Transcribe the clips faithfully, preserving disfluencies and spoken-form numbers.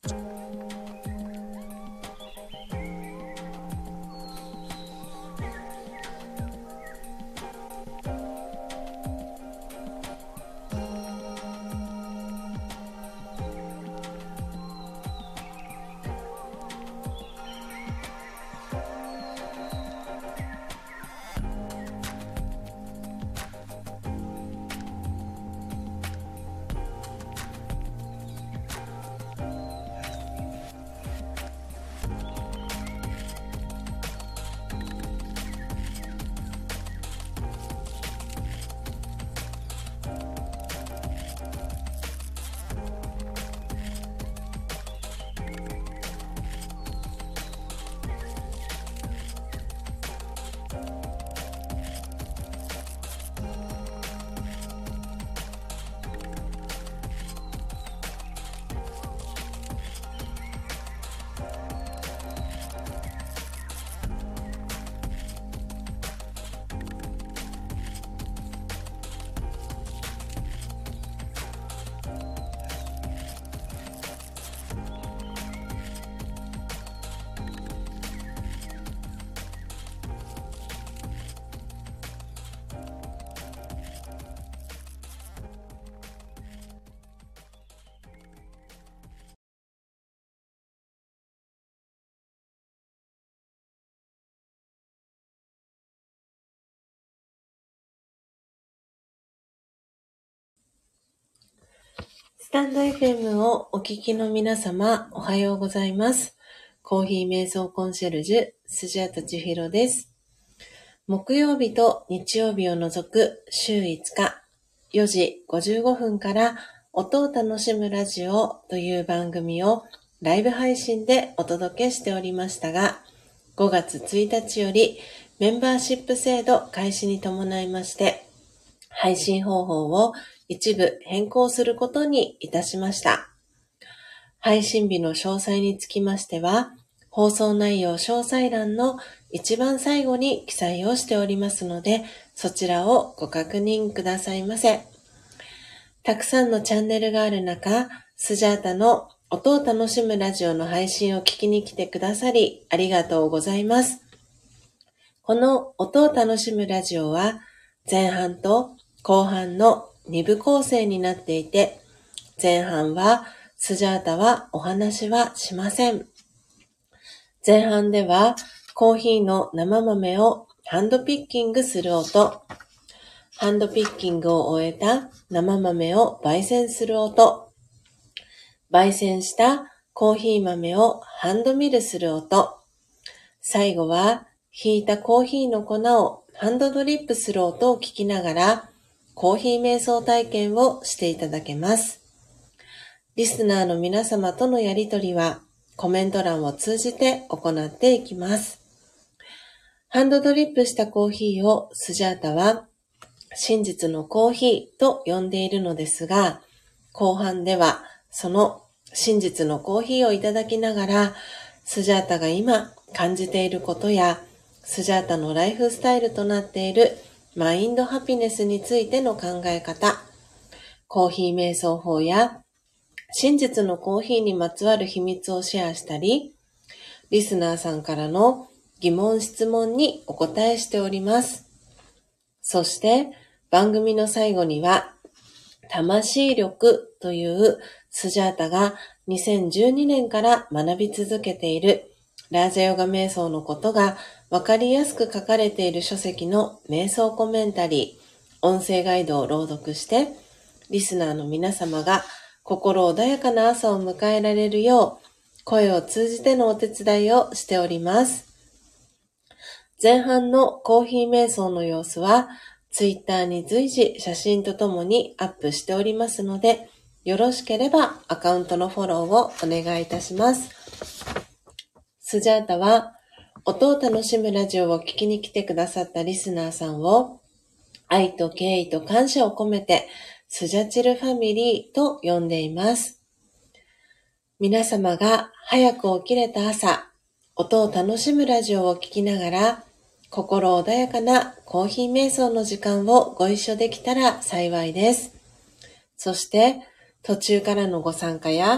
スタンド エフエム をお聞きの皆様、おはようございます。コーヒー瞑想コンシェルジュ、スジャータ千尋です。木曜日と日曜日を除く週いつか、よじごじゅうごふんから音を楽しむラジオという番組をライブ配信でお届けしておりましたが、ごがつついたちよりメンバーシップ制度開始に伴いまして、配信方法を一部変更することにいたしました。配信日の詳細につきましては、放送内容詳細欄の一番最後に記載をしておりますので、そちらをご確認くださいませ。たくさんのチャンネルがある中、スジャータの音を楽しむラジオの配信を聞きに来てくださり、ありがとうございます。この音を楽しむラジオは、前半と後半のに部構成になっていて、前半はスジャータはお話はしません。前半ではコーヒーの生豆をハンドピッキングする音、ハンドピッキングを終えた生豆を焙煎する音、焙煎したコーヒー豆をハンドミルする音、最後はひいたコーヒーの粉をハンドドリップする音を聞きながら、コーヒー瞑想体験をしていただけます。リスナーの皆様とのやりとりはコメント欄を通じて行っていきます。ハンドドリップしたコーヒーをスジャータは真実のコーヒーと呼んでいるのですが、後半ではその真実のコーヒーをいただきながら、スジャータが今感じていることや、スジャータのライフスタイルとなっているマインドハピネスについての考え方、コーヒー瞑想法や真実のコーヒーにまつわる秘密をシェアしたり、リスナーさんからの疑問質問にお答えしております。そして番組の最後には、魂力というスジャータがにせんじゅうにねんから学び続けているラージャヨガ瞑想のことがわかりやすく書かれている書籍の瞑想コメンタリー、音声ガイドを朗読して、リスナーの皆様が心穏やかな朝を迎えられるよう、声を通じてのお手伝いをしております。前半のコーヒー瞑想の様子は、ツイッターに随時写真とともにアップしておりますので、よろしければアカウントのフォローをお願いいたします。スジャータは、音を楽しむラジオを聞きに来てくださったリスナーさんを、愛と敬意と感謝を込めて、スジャチルファミリーと呼んでいます。皆様が早く起きれた朝、音を楽しむラジオを聞きながら、心穏やかなコーヒー瞑想の時間をご一緒できたら幸いです。そして、途中からのご参加や、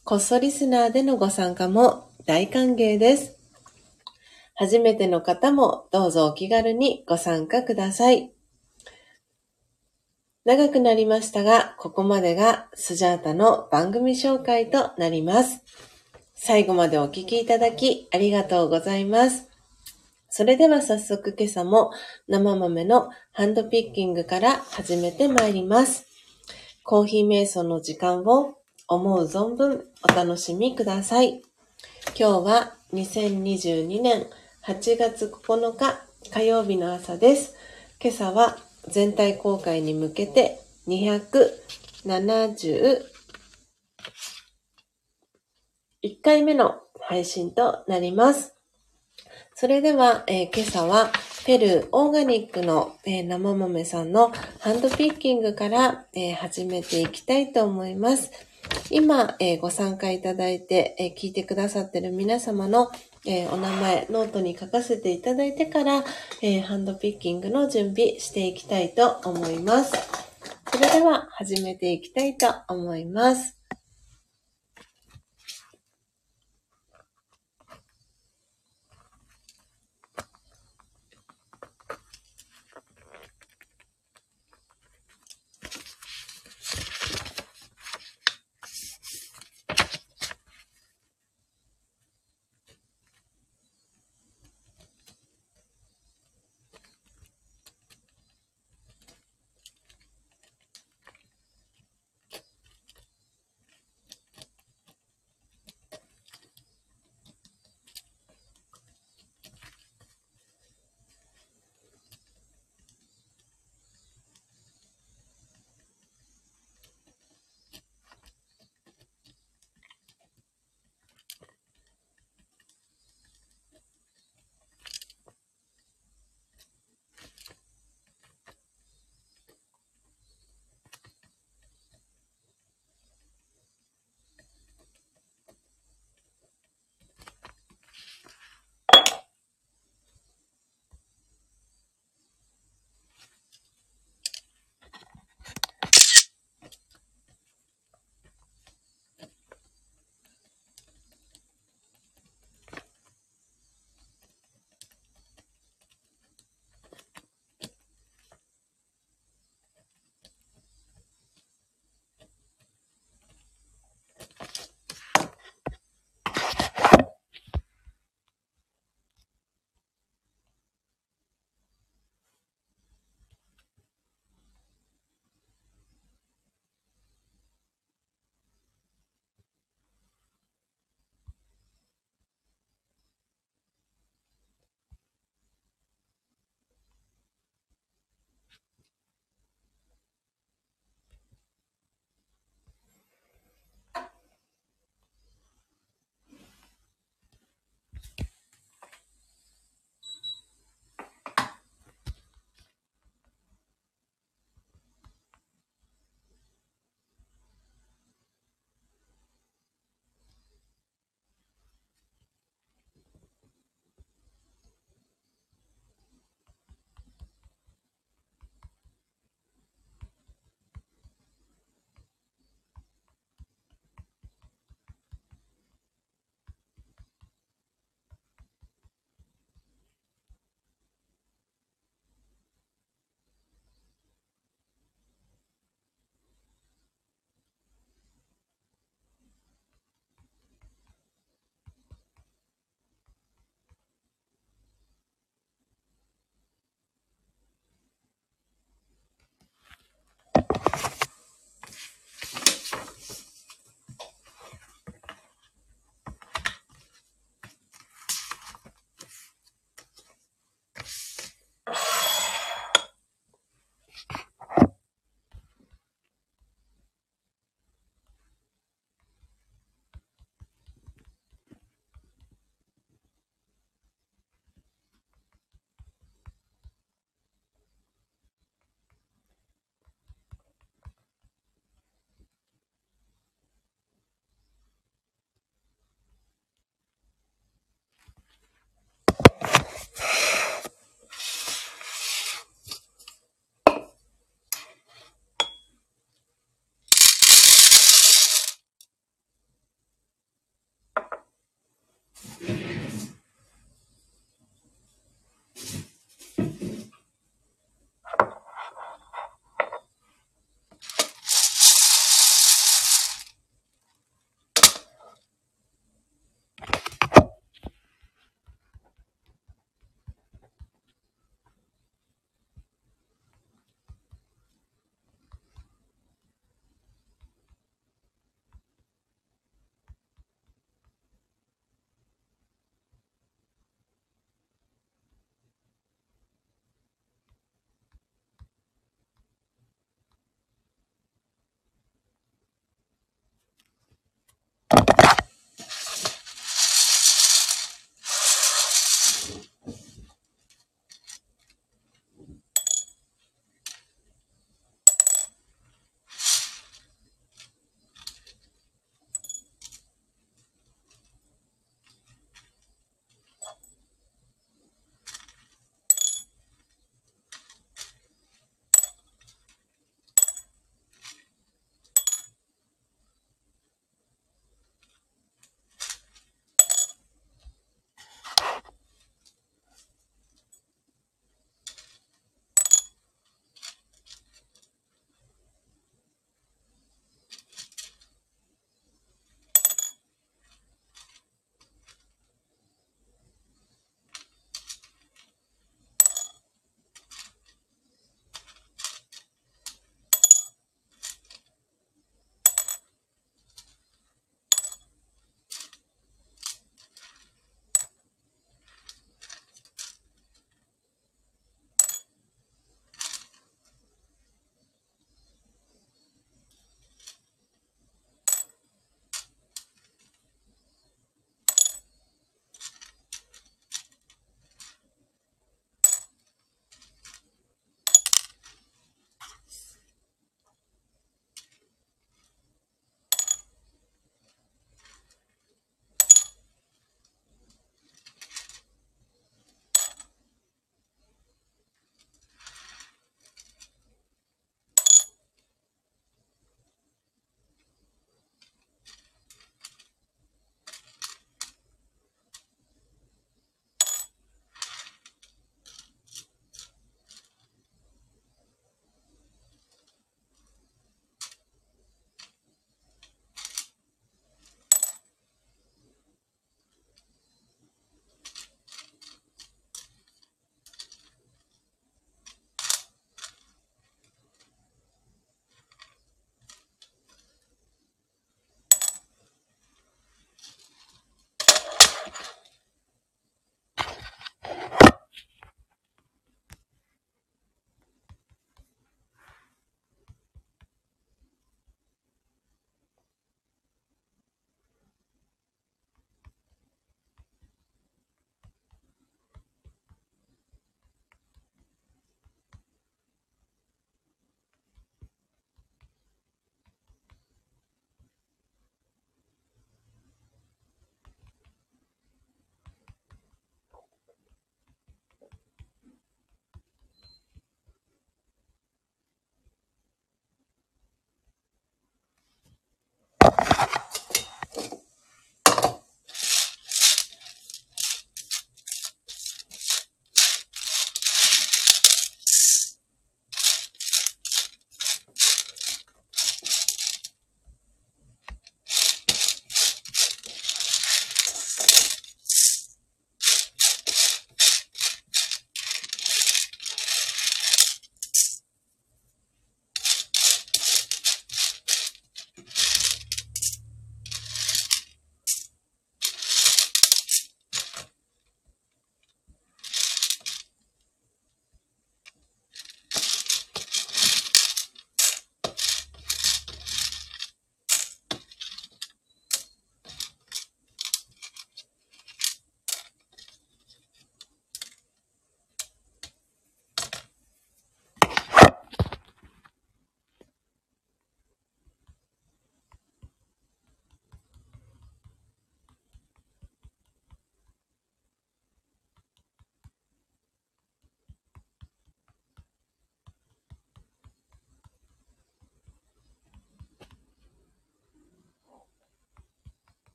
こっそリスナーでのご参加も大歓迎です。初めての方もどうぞお気軽にご参加ください。長くなりましたが、ここまでがスジャータの番組紹介となります。最後までお聞きいただきありがとうございます。それでは早速今朝も生豆のハンドピッキングから始めてまいります。コーヒー瞑想の時間を思う存分お楽しみください。今日はにせんにじゅうにねんはちがつここのか火曜日の朝です。今朝は全体公開に向けてにひゃくななじゅういっかいめの配信となります。それでは、えー、今朝はペルーオーガニックの、えー、生豆さんのハンドピッキングから、えー、始めていきたいと思います。今、えー、ご参加いただいて、えー、聞いてくださっている皆様の、えー、お名前、ノートに書かせていただいてから、えー、ハンドピッキングの準備していきたいと思います。それでは始めていきたいと思います。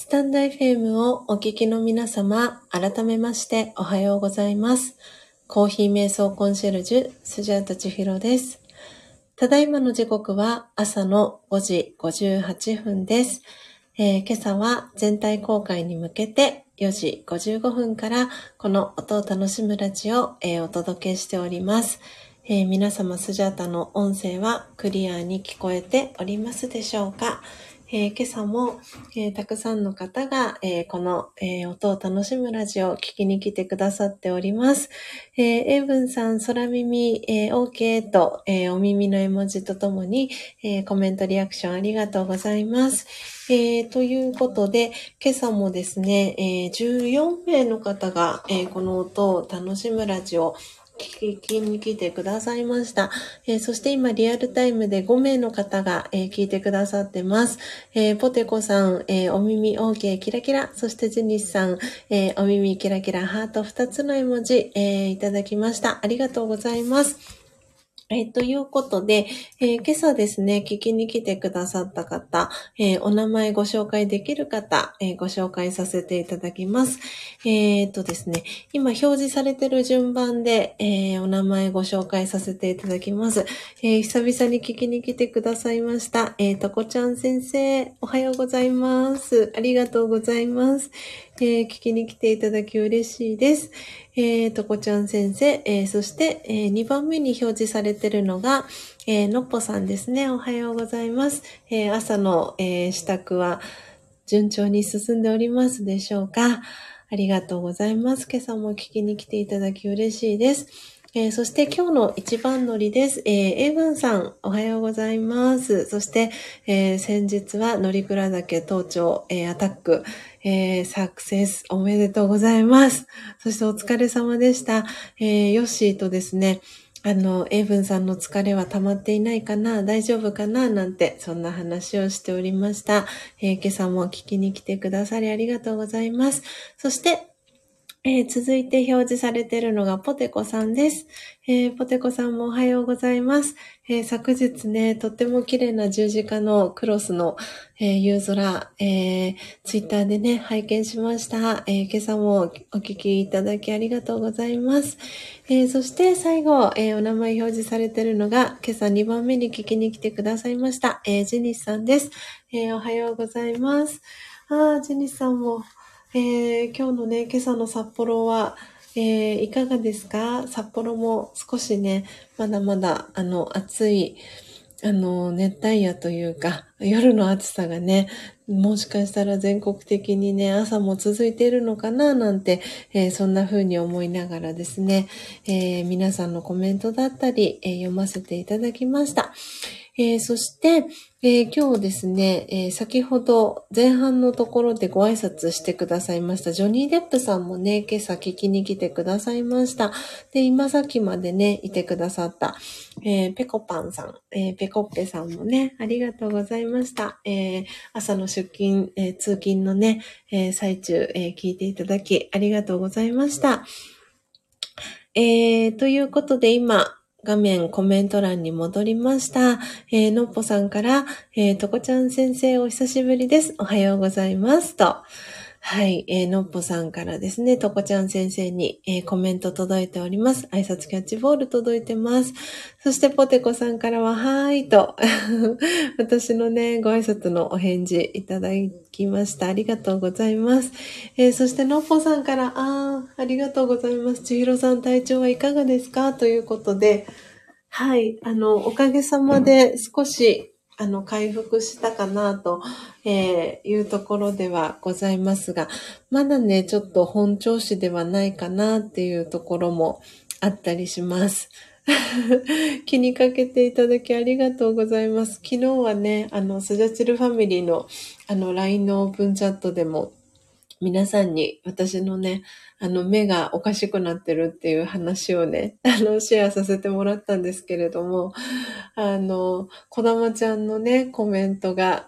タンド エフエム をお聞きの皆様、改めましておはようございます。コーヒー瞑想コンシェルジュ、スジャータ千尋です。ただいまの時刻は朝のごじごじゅうはっぷんです。えー、今朝は全体公開に向けてよじごじゅうごふんからこの音を楽しむラジオを、えー、お届けしております。えー、皆様スジャータの音声はクリアに聞こえておりますでしょうか？えー、今朝も、えー、たくさんの方が、えー、この、えー、音を楽しむラジオを聞きに来てくださっております。えー、エイブンさん、空耳、えー、OK と、えー、お耳の絵文字とともに、えー、コメントリアクションありがとうございます。えー、ということで、今朝もですね、えー、じゅうよんめいの方が、えー、この音を楽しむラジオ聞きに来てくださいました。えー、そして今リアルタイムでごめいの方が、えー、聞いてくださってます。えー、ポテコさん、えー、お耳 OK キラキラ、そしてジニスさん、えー、お耳キラキラハートふたつの絵文字、えー、いただきました。ありがとうございます。えー、ということで、えー、今朝ですね、聞きに来てくださった方、えー、お名前ご紹介できる方、えー、ご紹介させていただきます。えー、とですね、今表示されている順番で、えー、お名前ご紹介させていただきます。えー、久々に聞きに来てくださいました。えー、とこちゃん先生、おはようございます。ありがとうございます。えー、聞きに来ていただき嬉しいです。えー、とこちゃん先生、えー、そして、えー、にばんめに表示されているのが、えー、のっぽさんですね。おはようございます。えー、朝の、えー、支度は順調に進んでおりますでしょうか？ありがとうございます。今朝も聞きに来ていただき嬉しいです。えー、そして今日の一番乗りです。えー、エイブンさん、おはようございます。そして、えー、先日は乗鞍岳登頂、えー、アタック、えー、サクセスおめでとうございます。そしてお疲れ様でした。えー、ヨッシーとですね、あの、エイブンさんの疲れは溜まっていないかな、大丈夫かななんて、そんな話をしておりました。えー、今朝も聞きに来てくださりありがとうございます。そして、えー、続いて表示されているのがポテコさんです。えー、ポテコさんもおはようございます。えー、昨日ね、とっても綺麗な十字架のクロスの、えー、夕空、えー、ツイッターでね、拝見しました。えー、今朝もお聞きいただきありがとうございます。えー、そして最後、えー、お名前表示されているのが、今朝にばんめに聞きに来てくださいました。えー、ジェニスさんです。えー、おはようございます。あー、ジェニスさんも、えー、今日のね、今朝の札幌は、えー、いかがですか？札幌も少しね、まだまだ、あの、暑い、あの、熱帯夜というか、夜の暑さがね、もしかしたら全国的にね、朝も続いているのかな、なんて、えー、そんな風に思いながらですね、えー、皆さんのコメントだったり、えー、読ませていただきました。えー、そして、えー、今日ですね、えー、先ほど前半のところでご挨拶してくださいましたジョニー・デップさんもね、今朝聞きに来てくださいました。で、今さっきまでね、いてくださった、えー、ペコパンさん、えー、ペコッペさんもね、ありがとうございました。えー、朝の出勤、えー、通勤のね、えー、最中、えー、聞いていただきありがとうございました。えー、ということで今、画面コメント欄に戻りました。えー、のっぽさんから、えー、とこちゃん先生お久しぶりです。おはようございますと。はい、えー、のっぽさんからですね、とこちゃん先生に、えー、コメント届いております。挨拶キャッチボール届いてます。そしてポテコさんからは、はーいと、私のね、ご挨拶のお返事いただきました。ありがとうございます。えー、そしてのっぽさんから、あー、ありがとうございます。ちひろさん体調はいかがですかということで、はい、あの、おかげさまで少し、あの、回復したかなと、えー、いうところではございますが、まだね、ちょっと本調子ではないかなっていうところもあったりします。気にかけていただきありがとうございます。昨日はね、あの、スジャチルファミリーの、あの、ライン のオープンチャットでも、皆さんに私のね、あの目がおかしくなってるっていう話をね、あのシェアさせてもらったんですけれども、あの、こだまちゃんのね、コメントが、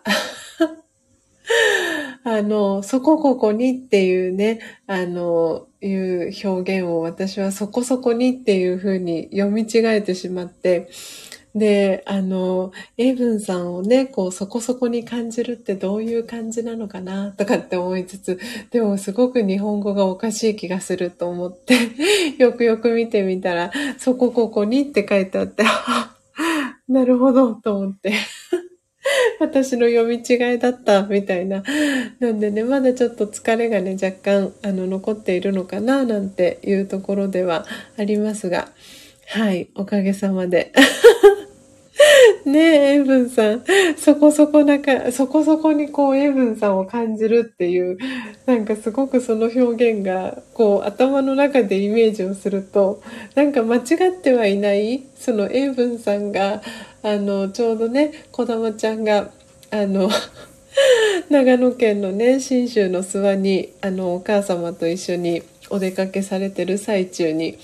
あの、そこここにっていうね、あの、いう表現を私はそこそこにっていう風に読み違えてしまって、 で、あの、エイブンさんをね、こう、そこそこに感じるってどういう感じなのかな、とかって思いつつ、でもすごく日本語がおかしい気がすると思って、よくよく見てみたら、そこここにって書いてあって、あ、なるほど、と思って。私の読み違いだった、みたいな。なんでね、まだちょっと疲れがね、若干、あの、残っているのかな、なんていうところではありますが、はい、おかげさまで。ねえ、エイブンさん。そこそこなんか、そこそこにこう、エイブンさんを感じるっていう、なんかすごくその表現が、こう、頭の中でイメージをすると、なんか間違ってはいない、そのエイブンさんが、あの、ちょうどね、こだまちゃんが、あの、長野県のね、信州の諏訪に、あの、お母様と一緒にお出かけされてる最中に、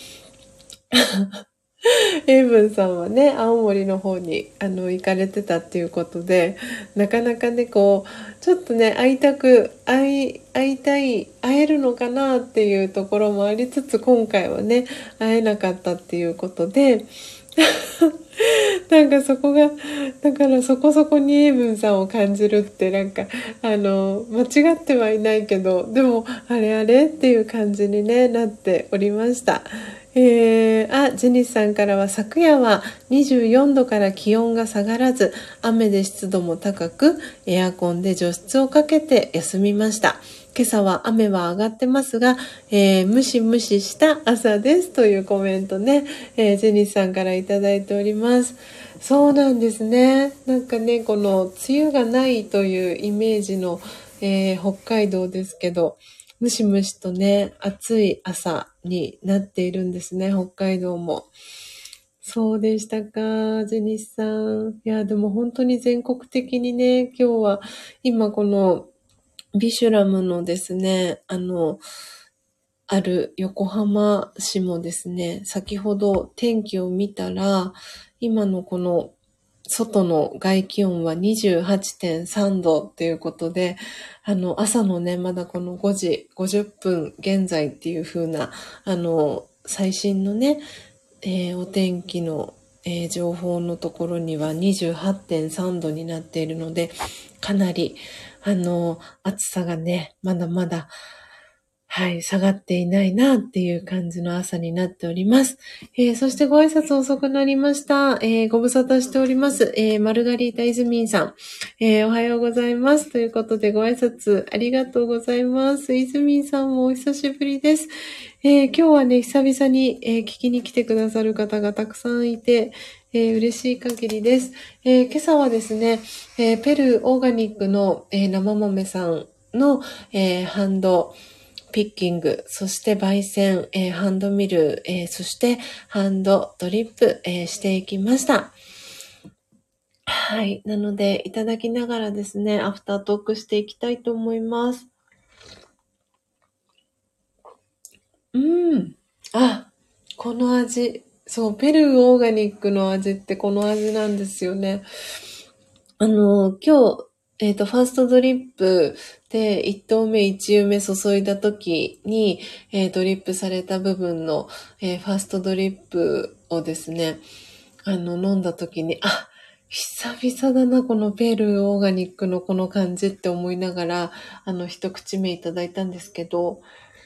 エイブンさんはね、青森の方に、あの、行かれてたっていうことで、なかなかね、こう、ちょっとね、会いたく、会い、会いたい、会えるのかなっていうところもありつつ、今回はね、会えなかったっていうことで、なんかそこが、だからそこそこにエイブンさんを感じるってなんか、あの、間違ってはいないけど、でも、あれあれっていう感じに、ね、なっておりました。えー、あ、ジェニスさんからは昨夜はにじゅうよんどから気温が下がらず、雨で湿度も高く、エアコンで除湿をかけて休みました。今朝は雨は上がってますが、えー、ムシムシした朝ですというコメントね、えー、ジェニスさんからいただいております。そうなんですね。なんかね、この梅雨がないというイメージの、えー、北海道ですけど、ムシムシとね、暑い朝になっているんですね、北海道も。そうでしたか、ジェニスさん。いや、でも本当に全国的にね、今日は、今この、ビシュラムのですね、あの、ある横浜市もですね、先ほど天気を見たら、今のこの外の外気温は にじゅうはちてんさん 度ということで、あの、朝のね、まだこのごじごじゅっぷん現在っていう風な、あの、最新のね、えーお天気の、えー情報のところには にじゅうはちてんさん 度になっているので、かなり、あの、暑さがね、まだまだ、はい、下がっていないなっていう感じの朝になっております。えー、そしてご挨拶遅くなりました。えー、ご無沙汰しております。えー、マルガリータイズミンさん。えー、おはようございます。ということでご挨拶ありがとうございます。イズミンさんもお久しぶりです。えー、今日はね、久々に、えー聞きに来てくださる方がたくさんいて、えー嬉しい限りです。えー今朝はですね、えーペルーオーガニックの、えー生豆さんの、えーハンドピッキング、そして焙煎、えーハンドミル、えーそしてハンドドリップ、えーしていきました。はい。なので、いただきながらですね、アフタートークしていきたいと思います。うん。あ、この味。そう、ペルーオーガニックの味ってこの味なんですよね。あの、今日、えっと、ファーストドリップでいち投目、いち湯目注いだ時に、えードリップされた部分の、えーファーストドリップをですね、あの、飲んだ時に、あ、久々だな、このペルーオーガニックのこの感じって思いながら、あの、一口目いただいたんですけど、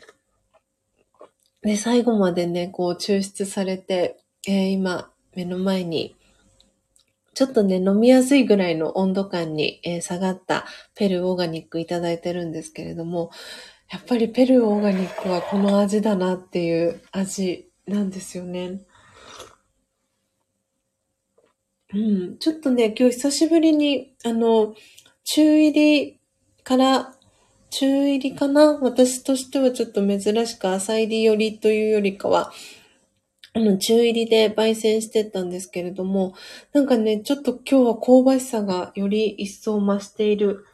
で、最後までね、こう抽出されて、えー今、目の前に、ちょっとね、飲みやすいぐらいの温度感に、えー下がったペルーオーガニックいただいてるんですけれども、やっぱりペルーオーガニックはこの味だなっていう味なんですよね。うん、ちょっとね、今日久しぶりに、あの、中入りから、中入りかな、私としてはちょっと珍しく浅入り寄りというよりかは、あの、中入りで焙煎してったんですけれども、なんかね、ちょっと今日は香ばしさがより一層増している、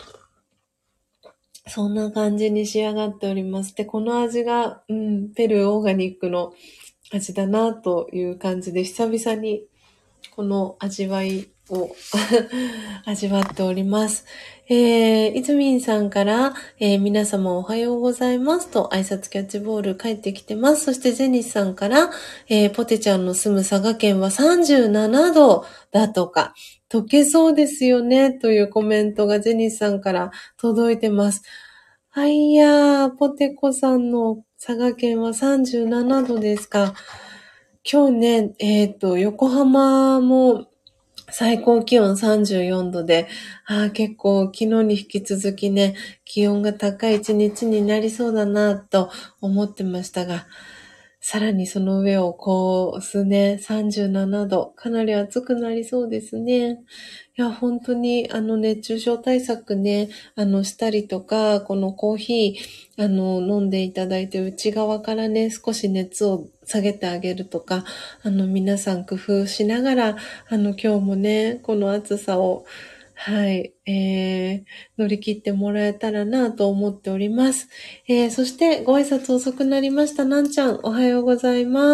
そんな感じに仕上がっております。で、この味が、うん、ペルーオーガニックの味だなという感じで、久々にこの味わいを味わっております。えー、いずみんさんから、えー、皆様おはようございますと挨拶キャッチボール返ってきてます。そしてゼニスさんから、えー、ポテちゃんの住む佐賀県はさんじゅうななどだとか、溶けそうですよねというコメントがゼニスさんから届いてます。はいやー、ポテコさんの佐賀県はさんじゅうななどですか。今日ね、えっと、横浜も最高気温さんじゅうよんどで、あー結構昨日に引き続きね、気温が高い一日になりそうだなと思ってましたが、さらにその上をこう、すね、さんじゅうななど、かなり暑くなりそうですね。いや、本当に、あの、熱中症対策ね、あの、したりとか、このコーヒー、あの、飲んでいただいて、内側からね、少し熱を下げてあげるとか、あの、皆さん工夫しながら、あの、今日もね、この暑さを、はい、えー、乗り切ってもらえたらなと思っております。えー、そしてご挨拶遅くなりました。なんちゃん、おはようございます。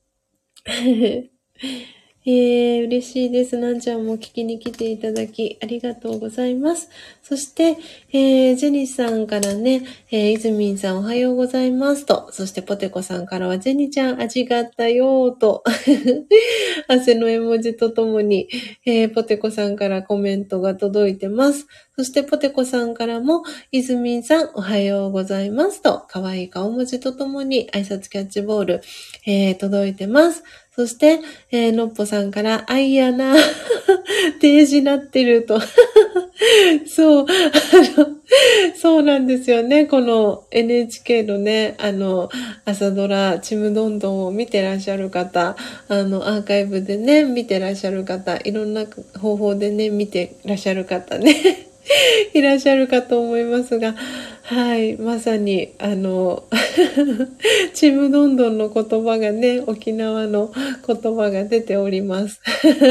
えー、嬉しいです。なんちゃんも聞きに来ていただきありがとうございます。そして、えー、ジェニスさんからね、えー、イズミンさんおはようございますと、そしてポテコさんからはジェニちゃん味があったよーと、汗の絵文字とともに、えー、ポテコさんからコメントが届いてます。そしてポテコさんからも、イズミンさんおはようございますと、可愛い顔文字とともに挨拶キャッチボール、えー、届いてます。そして、えー、のっぽさんから、あいやな、定時なってると。そう、あの、そうなんですよね。この エヌエイチケー のね、あの、朝ドラ、ちむどんどんを見てらっしゃる方、あの、アーカイブでね、見てらっしゃる方、いろんな方法でね、見てらっしゃる方ね。いらっしゃるかと思いますが、はい、まさに、あの、ちむどんどんの言葉がね、沖縄の言葉が出ております。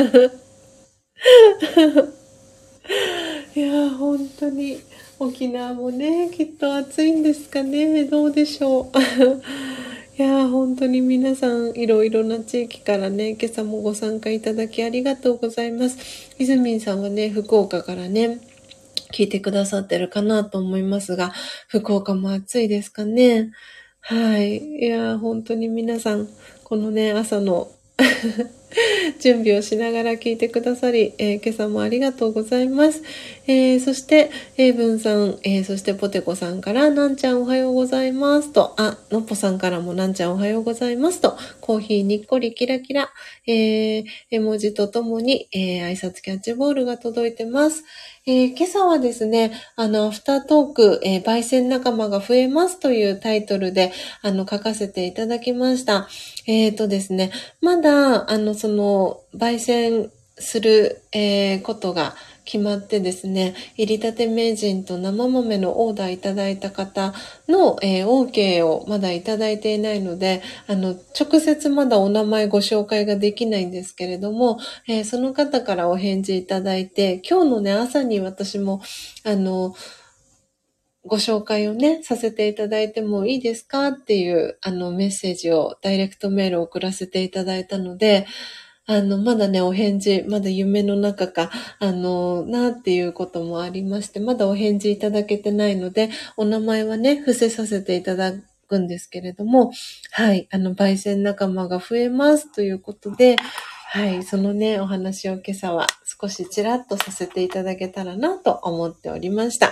いやー、本当に、沖縄もね、きっと暑いんですかね、どうでしょう。いやー、本当に皆さん、いろいろな地域からね、今朝もご参加いただきありがとうございます。いずみんさんはね、福岡からね、聞いてくださってるかなと思いますが、福岡も暑いですかね。はい。いや、本当に皆さん、このね、朝の準備をしながら聞いてくださり、えー、今朝もありがとうございます。えー、そして、えー、文さん、えー、そしてポテコさんから、なんちゃんおはようございますと、あ、のっぽさんからもなんちゃんおはようございますと、コーヒーにっこりキラキラ、えー、絵文字とともに、えー、挨拶キャッチボールが届いてます。えー、今朝はですね、あの、アフタートーク、えー、焙煎仲間が増えますというタイトルで、あの、書かせていただきました。えーとですね、まだ、あの、その、焙煎する、えーことが決まってですね、入りたて名人と生豆のオーダーいただいた方の、えー OK をまだいただいていないので、あの、直接まだお名前ご紹介ができないんですけれども、えーその方からお返事いただいて、今日のね、朝に私も、あの、ご紹介をね、させていただいてもいいですかっていう、あの、メッセージを、ダイレクトメールを送らせていただいたので、あの、まだね、お返事、まだ夢の中か、あの、なっていうこともありまして、まだお返事いただけてないので、お名前はね、伏せさせていただくんですけれども、はい、あの、焙煎仲間が増えますということで、はい、そのね、お話を今朝は少しちらっとさせていただけたらなと思っておりました。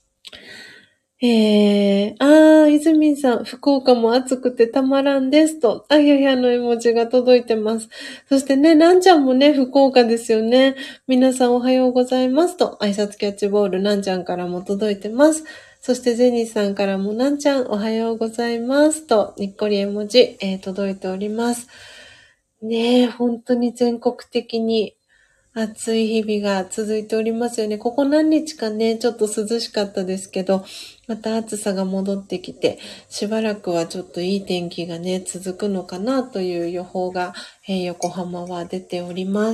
えー、あー、いずみんさん、福岡も暑くてたまらんですと、あややの絵文字が届いてます。そしてね、なんちゃんもね、福岡ですよね。皆さんおはようございますと、挨拶キャッチボールなんちゃんからも届いてます。そしてゼニーさんからもなんちゃんおはようございますと、にっこり絵文字、えー届いております。ねえ、本当に全国的に暑い日々が続いておりますよね。ここ何日かね、ちょっと涼しかったですけど、また暑さが戻ってきて、しばらくはちょっといい天気がね、続くのかなという予報が、えー横浜は出ております。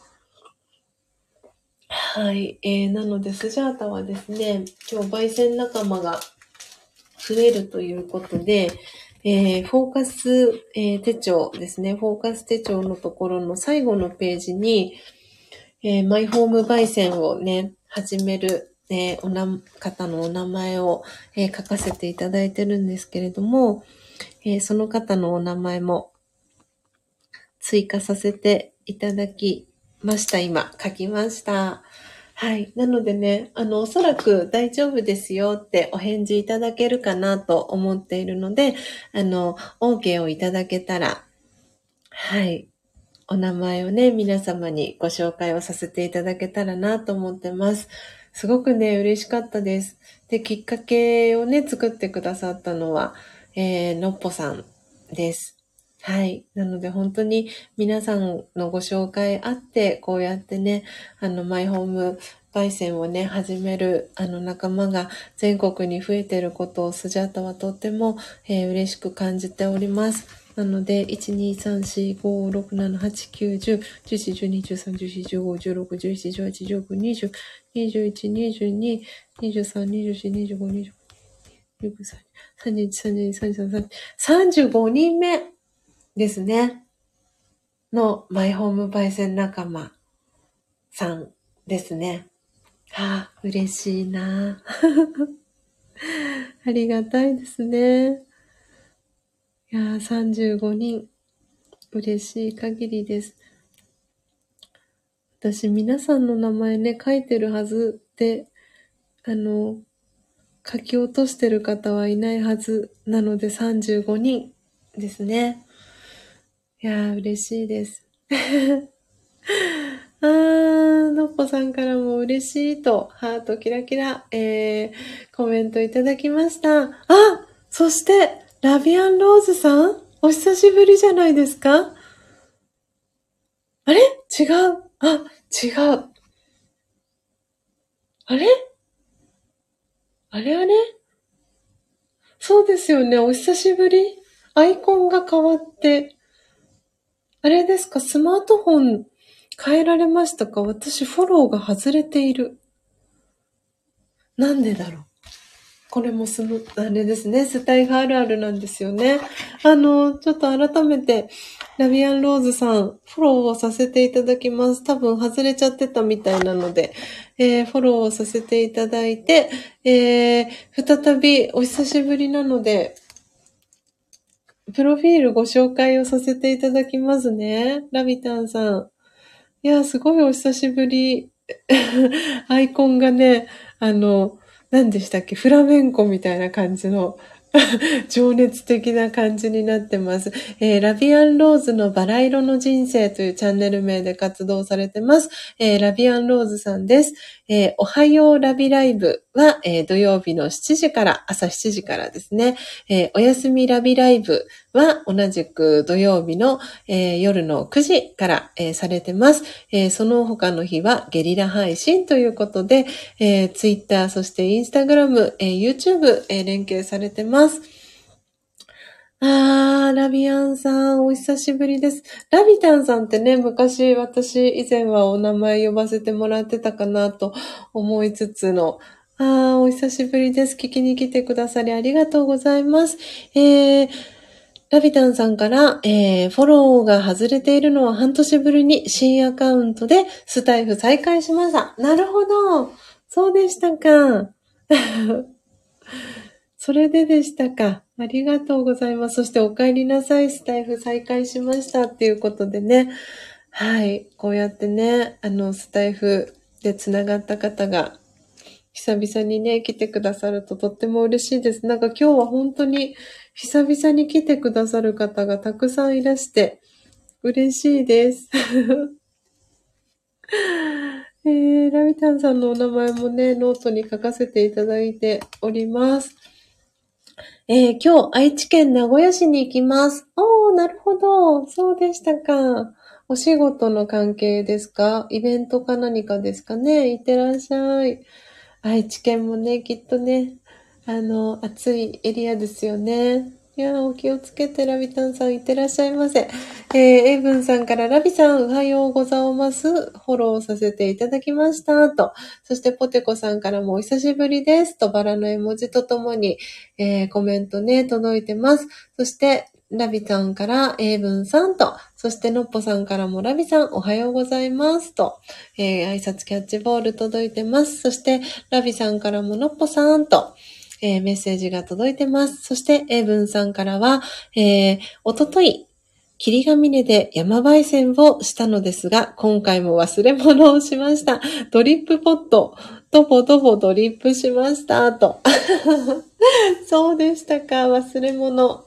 はい。えー、なので、スジャータはですね、今日焙煎仲間が増えるということで、えーフォーカス、えー手帳ですね。フォーカス手帳のところの最後のページに、 えーマイホーム焙煎をね、始める、えーおな、方のお名前を、えー書かせていただいてるんですけれども、えーその方のお名前も追加させていただきました。今、書きました。はい。なのでね、あの、おそらく大丈夫ですよってお返事いただけるかなと思っているので、あの、OK をいただけたら、はい。お名前をね、皆様にご紹介をさせていただけたらなと思ってます。すごくね、嬉しかったです。で、きっかけをね、作ってくださったのは、えー、のっぽさんです。はい。なので本当に皆さんのご紹介あって、こうやってね、あの、マイホーム焙煎をね、始める、あの、仲間が全国に増えていることをスジャータはとっても、えー嬉しく感じております。なので、いち、に、さん、よん、ご、ろく、なな、はち、きゅう、じゅう、じゅういち、じゅうに、じゅうさん、じゅうよん、じゅうご、じゅうろく、じゅうなな、じゅうはち、じゅうきゅう、にじゅう、にじゅういち、にじゅうに、にじゅうさん、にじゅうよん、にじゅうご、にじゅうろく、さんじゅういち、さんじゅうに、さんじゅうさん、さんじゅうごにんめですね。のマイホーム焙煎仲間さんですね。はあ、嬉しいな。ありがたいですね。いやー、さんじゅうごにん。嬉しい限りです。私、皆さんの名前ね、書いてるはずで、あの、書き落としてる方はいないはずなのでさんじゅうごにんですね。いやー、嬉しいです。あー、のっぽさんからも嬉しいと、ハートキラキラ、えー、コメントいただきました。あ、そして、ラビアンローズさんお久しぶりじゃないですか？あれ違う。あ、違う。あれあれあれそうですよね。お久しぶり。アイコンが変わって、あれですか、スマートフォン変えられましたか？私フォローが外れている。なんでだろう。これもその、あれですね、スタイフあるあるなんですよね。あの、ちょっと改めて、ラビアンローズさん、フォローをさせていただきます。多分外れちゃってたみたいなので、えー、フォローをさせていただいて、えー、再びお久しぶりなので、プロフィールご紹介をさせていただきますね。ラビタンさん。いや、すごいお久しぶり。アイコンがね、あの、何でしたっけ、フラメンコみたいな感じの情熱的な感じになってます。えーラビアンローズのバラ色の人生というチャンネル名で活動されてます。えーラビアンローズさんです。えーおはようラビライブは、えー土曜日のしちじから、朝しちじからですね。えーおやすみラビライブは同じく土曜日の、えー夜のくじから、えーされてます。えーその他の日はゲリラ配信ということで、えー、Twitter、そして Instagram、えー YouTube、えー連携されてます。あー、ラビアンさん、お久しぶりです。ラビタンさんってね、昔私以前はお名前呼ばせてもらってたかなと思いつつの、あー、お久しぶりです。聞きに来てくださりありがとうございます。えー、ラビタンさんから、えー、フォローが外れているのは半年ぶりに新アカウントでスタイフ再開しました。なるほど。そうでしたか。それででしたか。ありがとうございます。そしてお帰りなさい。スタイフ再開しましたっていうことでね。はい。こうやってね、あの、スタイフでつながった方が久々にね、来てくださるととっても嬉しいです。なんか今日は本当に久々に来てくださる方がたくさんいらして嬉しいです。えー、ラミタンさんのお名前もね、ノートに書かせていただいております。えー、今日愛知県名古屋市に行きます。おー、なるほど。そうでしたか。お仕事の関係ですか？イベントか何かですかね？いってらっしゃい。愛知県もね、きっとね、あの、暑いエリアですよね。いやー、お気をつけて、ラビタンさん、いってらっしゃいませ。えー、エイブンさんから、ラビさん、おはようございます。フォローさせていただきました。と。そして、ポテコさんからも、お久しぶりです。と、バラの絵文字とともに、えー、コメントね、届いてます。そして、 ラビさんから、エイブンさんと、そしてのっぽさんからもラビさんおはようございますと、えー、挨拶キャッチボール届いてます。そして、ラビさんからものっぽさんと、えー、メッセージが届いてます。そして、エイブンさんからは、えー、おととい、霧ヶ峰で山焙煎をしたのですが、今回も忘れ物をしました。ドリップポット、ドボドボドリップしました、と。そうでしたか、忘れ物。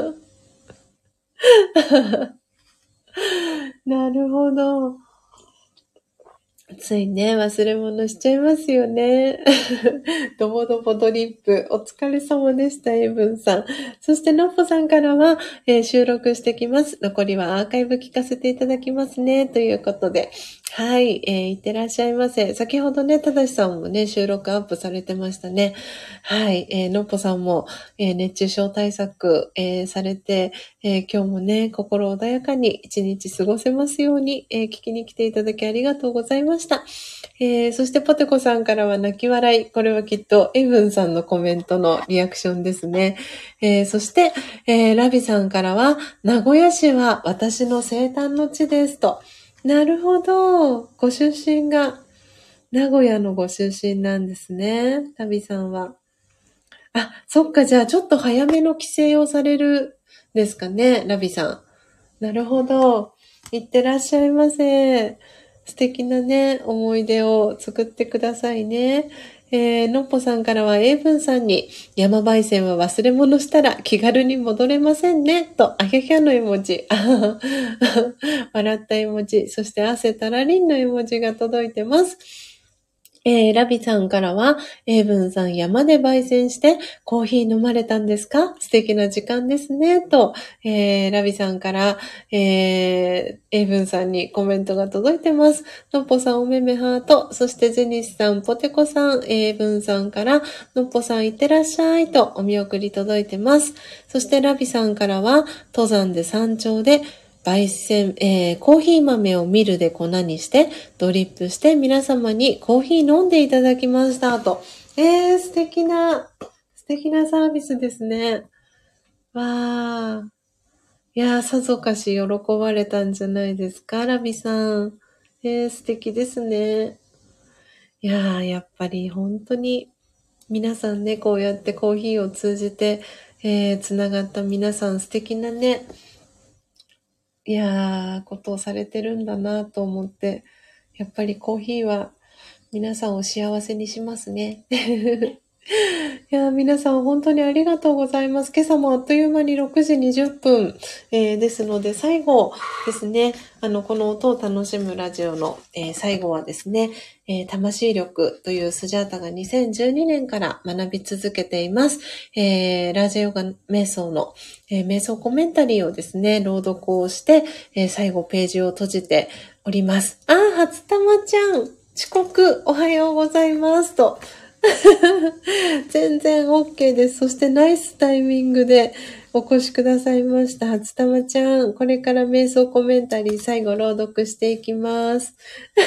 なるほど。ついね、忘れ物しちゃいますよね。ドボドボドリップ。お疲れ様でした、エイブンさん。そして、のっぽさんからは、えー収録してきます。残りはアーカイブ聞かせていただきますね。ということで。はい、えー、いってらっしゃいませ。先ほどね、ただしさんもね、収録アップされてましたね。はい、えー、のっぽさんも、えー熱中症対策、えーされて、えー今日もね、心穏やかに一日過ごせますように、えー聞きに来ていただきありがとうございました。えーそしてポテコさんからは泣き笑い。これはきっとエブンさんのコメントのリアクションですね。えーそして、えーラビさんからは、名古屋市は私の生誕の地ですと。なるほど。ご出身が名古屋のご出身なんですね。ラビさんは。あ、そっか。じゃあちょっと早めの帰省をされるんですかね、ラビさん。なるほど。いってらっしゃいませ。素敵なね、思い出を作ってくださいね。えー、のっぽさんからは、エイブンさんに、山焙煎は忘れ物したら気軽に戻れませんね。と、あひゃひゃの絵文字。あはは笑った絵文字。そして、汗たらりんの絵文字が届いてます。えー、ラビさんからは、エイブンさん山で焙煎してコーヒー飲まれたんですか？素敵な時間ですね。と、えー、ラビさんから、えー、エイブンさんにコメントが届いてます。のっぽさんおめめハート、そしてジェニスさん、ポテコさん、エイブンさんから、のっぽさんいってらっしゃいとお見送り届いてます。そしてラビさんからは、登山で山頂で、焙煎、えー、コーヒー豆をミルで粉にして、ドリップして皆様にコーヒー飲んでいただきましたと。えー、素敵な、素敵なサービスですね。わー。いやー、さぞかし喜ばれたんじゃないですか、ラビさん。えー、素敵ですね。いやー、やっぱり本当に皆さんね、こうやってコーヒーを通じて、えー、つながった皆さん素敵なね、いやー、ことをされてるんだなと思って、やっぱりコーヒーは皆さんを幸せにしますね。いやー、皆さん本当にありがとうございます。今朝もあっという間にろくじにじゅっぷん、えーですので、最後ですね、あの、この音を楽しむラジオの、えー最後はですね、えー魂力というスジャータがにせんじゅうにねんから学び続けています。えーラージャヨガ瞑想の、えー瞑想コメンタリーをですね、朗読をして、えー最後ページを閉じております。あー、初玉ちゃん、遅刻おはようございますと。全然 OK です。そしてナイスタイミングでお越しくださいました。初玉ちゃん、これから瞑想コメンタリー最後朗読していきます。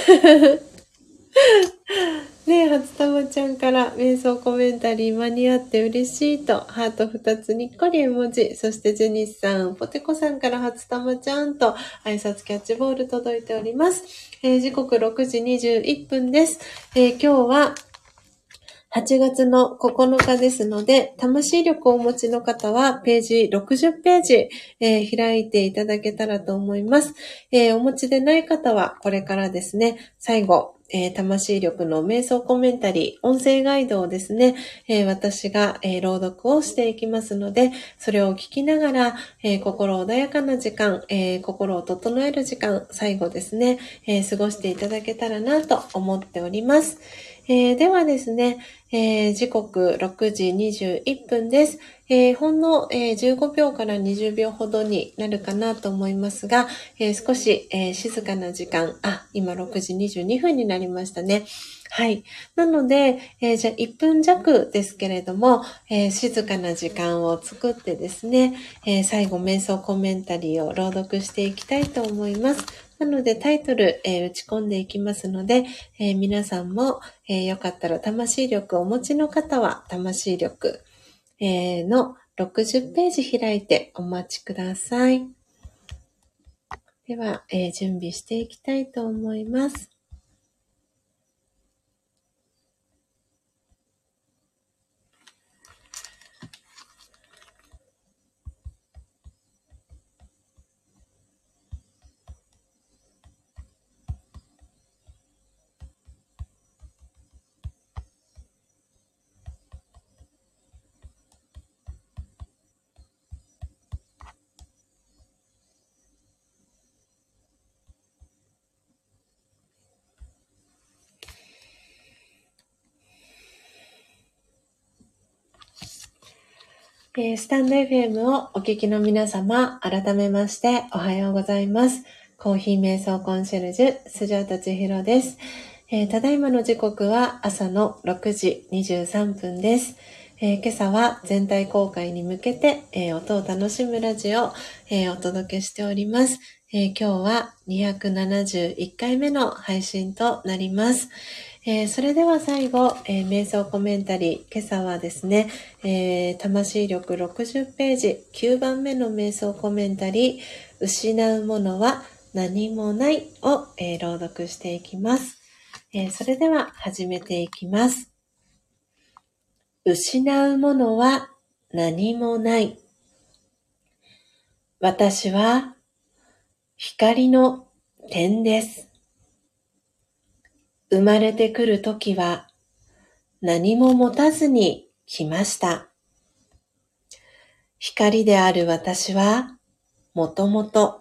ねえ、初玉ちゃんから瞑想コメンタリー間に合って嬉しいと、ハートふたつにっこり絵文字、そしてジェニスさん、ポテコさんから初玉ちゃんと挨拶キャッチボール届いております。えー時刻ろくじにじゅういっぷんです。えー今日ははちがつのここのかですので、魂力をお持ちの方はページろくじゅっページ、えー開いていただけたらと思います。えーお持ちでない方はこれからですね、最後、えー魂力の瞑想コメンタリー、音声ガイドをですね、えー私が、えー朗読をしていきますので、それを聞きながら、えー心穏やかな時間、えー心を整える時間、最後ですね、えー過ごしていただけたらなと思っております。えーではですね、えー時刻ろくじにじゅういっぷんです。えーほんの、えーじゅうごびょうからにじゅうびょうほどになるかなと思いますが、えー少し、えー静かな時間、あ、今ろくじにじゅうにふんになりましたね。はい。なので、えーじゃあいっぷん弱ですけれども、えー静かな時間を作ってですね、えー最後瞑想コメンタリーを朗読していきたいと思います。なのでタイトル、えー打ち込んでいきますので、えー皆さんも、えーよかったら魂力をお持ちの方は魂力、えーのろくじゅっページ開いてお待ちください。では、えー、準備していきたいと思います。えー、スタンド エフエム をお聞きの皆様、改めましておはようございます。コーヒー瞑想コンシェルジュ、スジャータ千尋です。えー、ただいまの時刻は朝のろくじにじゅうさんぷんです。えー、今朝は全体公開に向けて、えー、音を楽しむラジオを、えー、お届けしております。えー、今日はにひゃくななじゅういっかいめの配信となります。えー、それでは最後、えー、瞑想コメンタリー、今朝はですね、えー、魂力ろくじゅっページ、きゅうばんめの瞑想コメンタリー、失うものは何もないを、えー、朗読していきます、えー。それでは始めていきます。失うものは何もない。私は光の点です。生まれてくるときは何も持たずに来ました。光である私はもともと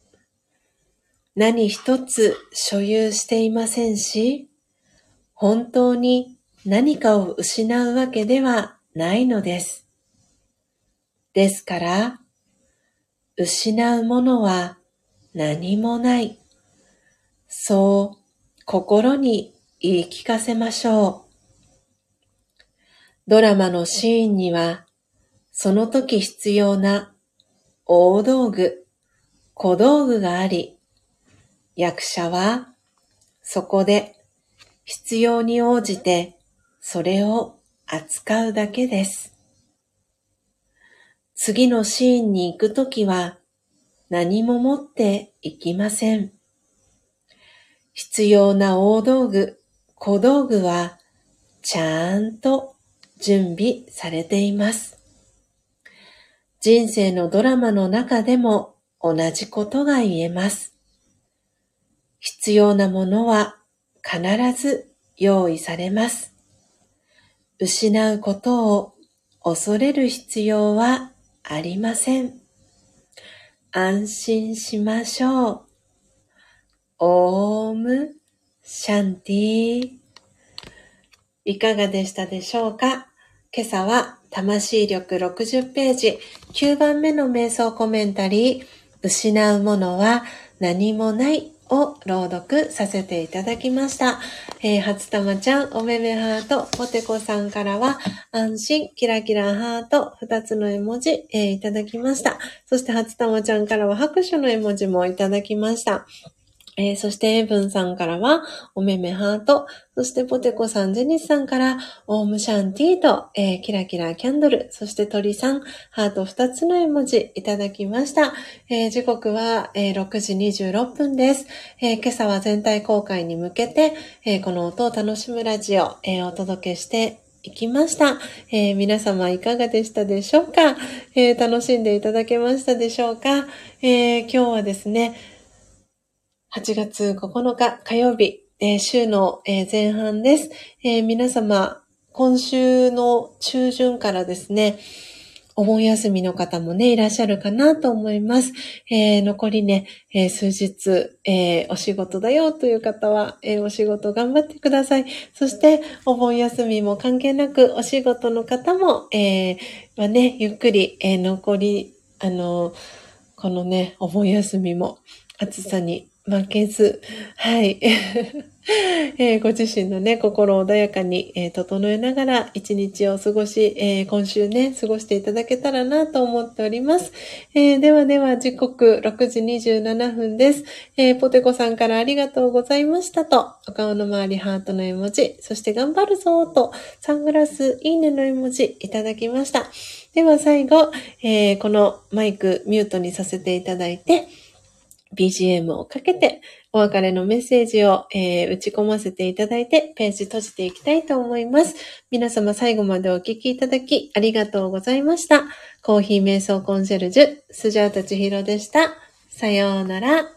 何一つ所有していませんし、本当に何かを失うわけではないのです。ですから、失うものは何もない。そう心に言い聞かせましょう。ドラマのシーンには、その時必要な大道具、小道具があり、役者はそこで必要に応じてそれを扱うだけです。次のシーンに行くときは何も持っていきません。必要な大道具、小道具はちゃんと準備されています。人生のドラマの中でも同じことが言えます。必要なものは必ず用意されます。失うことを恐れる必要はありません。安心しましょう。オームシャンティ。いかがでしたでしょうか？今朝は魂力ろくじゅっページ、きゅうばんめの瞑想コメンタリー、失うものは何もないを朗読させていただきました。えー、初玉ちゃん、おめめハート、ポテコさんからは、安心、キラキラハート、ふたつの絵文字、えー、いただきました。そして初玉ちゃんからは拍手の絵文字もいただきました。えー、そして、エブンさんからは、おめめハート、そしてポテコさん、ジェニスさんから、オームシャンティーと、えー、キラキラキャンドル、そして鳥さん、ハートふたつの絵文字いただきました。えー、時刻は、えー、ろくじにじゅうろっぷんです。えー、今朝は全体公開に向けて、えー、この音を楽しむラジオ、えー、お届けしていきました。えー、皆様いかがでしたでしょうか？えー、楽しんでいただけましたでしょうか？えー、今日はですね、はちがつここのか火曜日、えー、週の、えー、前半です、えー。皆様、今週の中旬からですね、お盆休みの方もね、いらっしゃるかなと思います。えー、残りね、えー、数日、えー、お仕事だよという方は、えー、お仕事頑張ってください。そして、お盆休みも関係なく、お仕事の方も、えー、まあね、ゆっくり、えー、残り、あの、このね、お盆休みも暑さに負けず、はい。えーご自身のね、心を穏やかに、えー整えながら一日を過ごし、えー今週ね、過ごしていただけたらなと思っております。えーではでは、時刻ろくじにじゅうななふんです。えーポテコさんからありがとうございましたと、お顔の周りハートの絵文字、そして頑張るぞと、サングラスいいねの絵文字いただきました。では最後、えーこのマイクミュートにさせていただいて、ビージーエム をかけて、お別れのメッセージを、えー打ち込ませていただいて、ページ閉じていきたいと思います。皆様最後までお聞きいただき、ありがとうございました。コーヒー瞑想コンシェルジュ、スジャータ千尋でした。さようなら。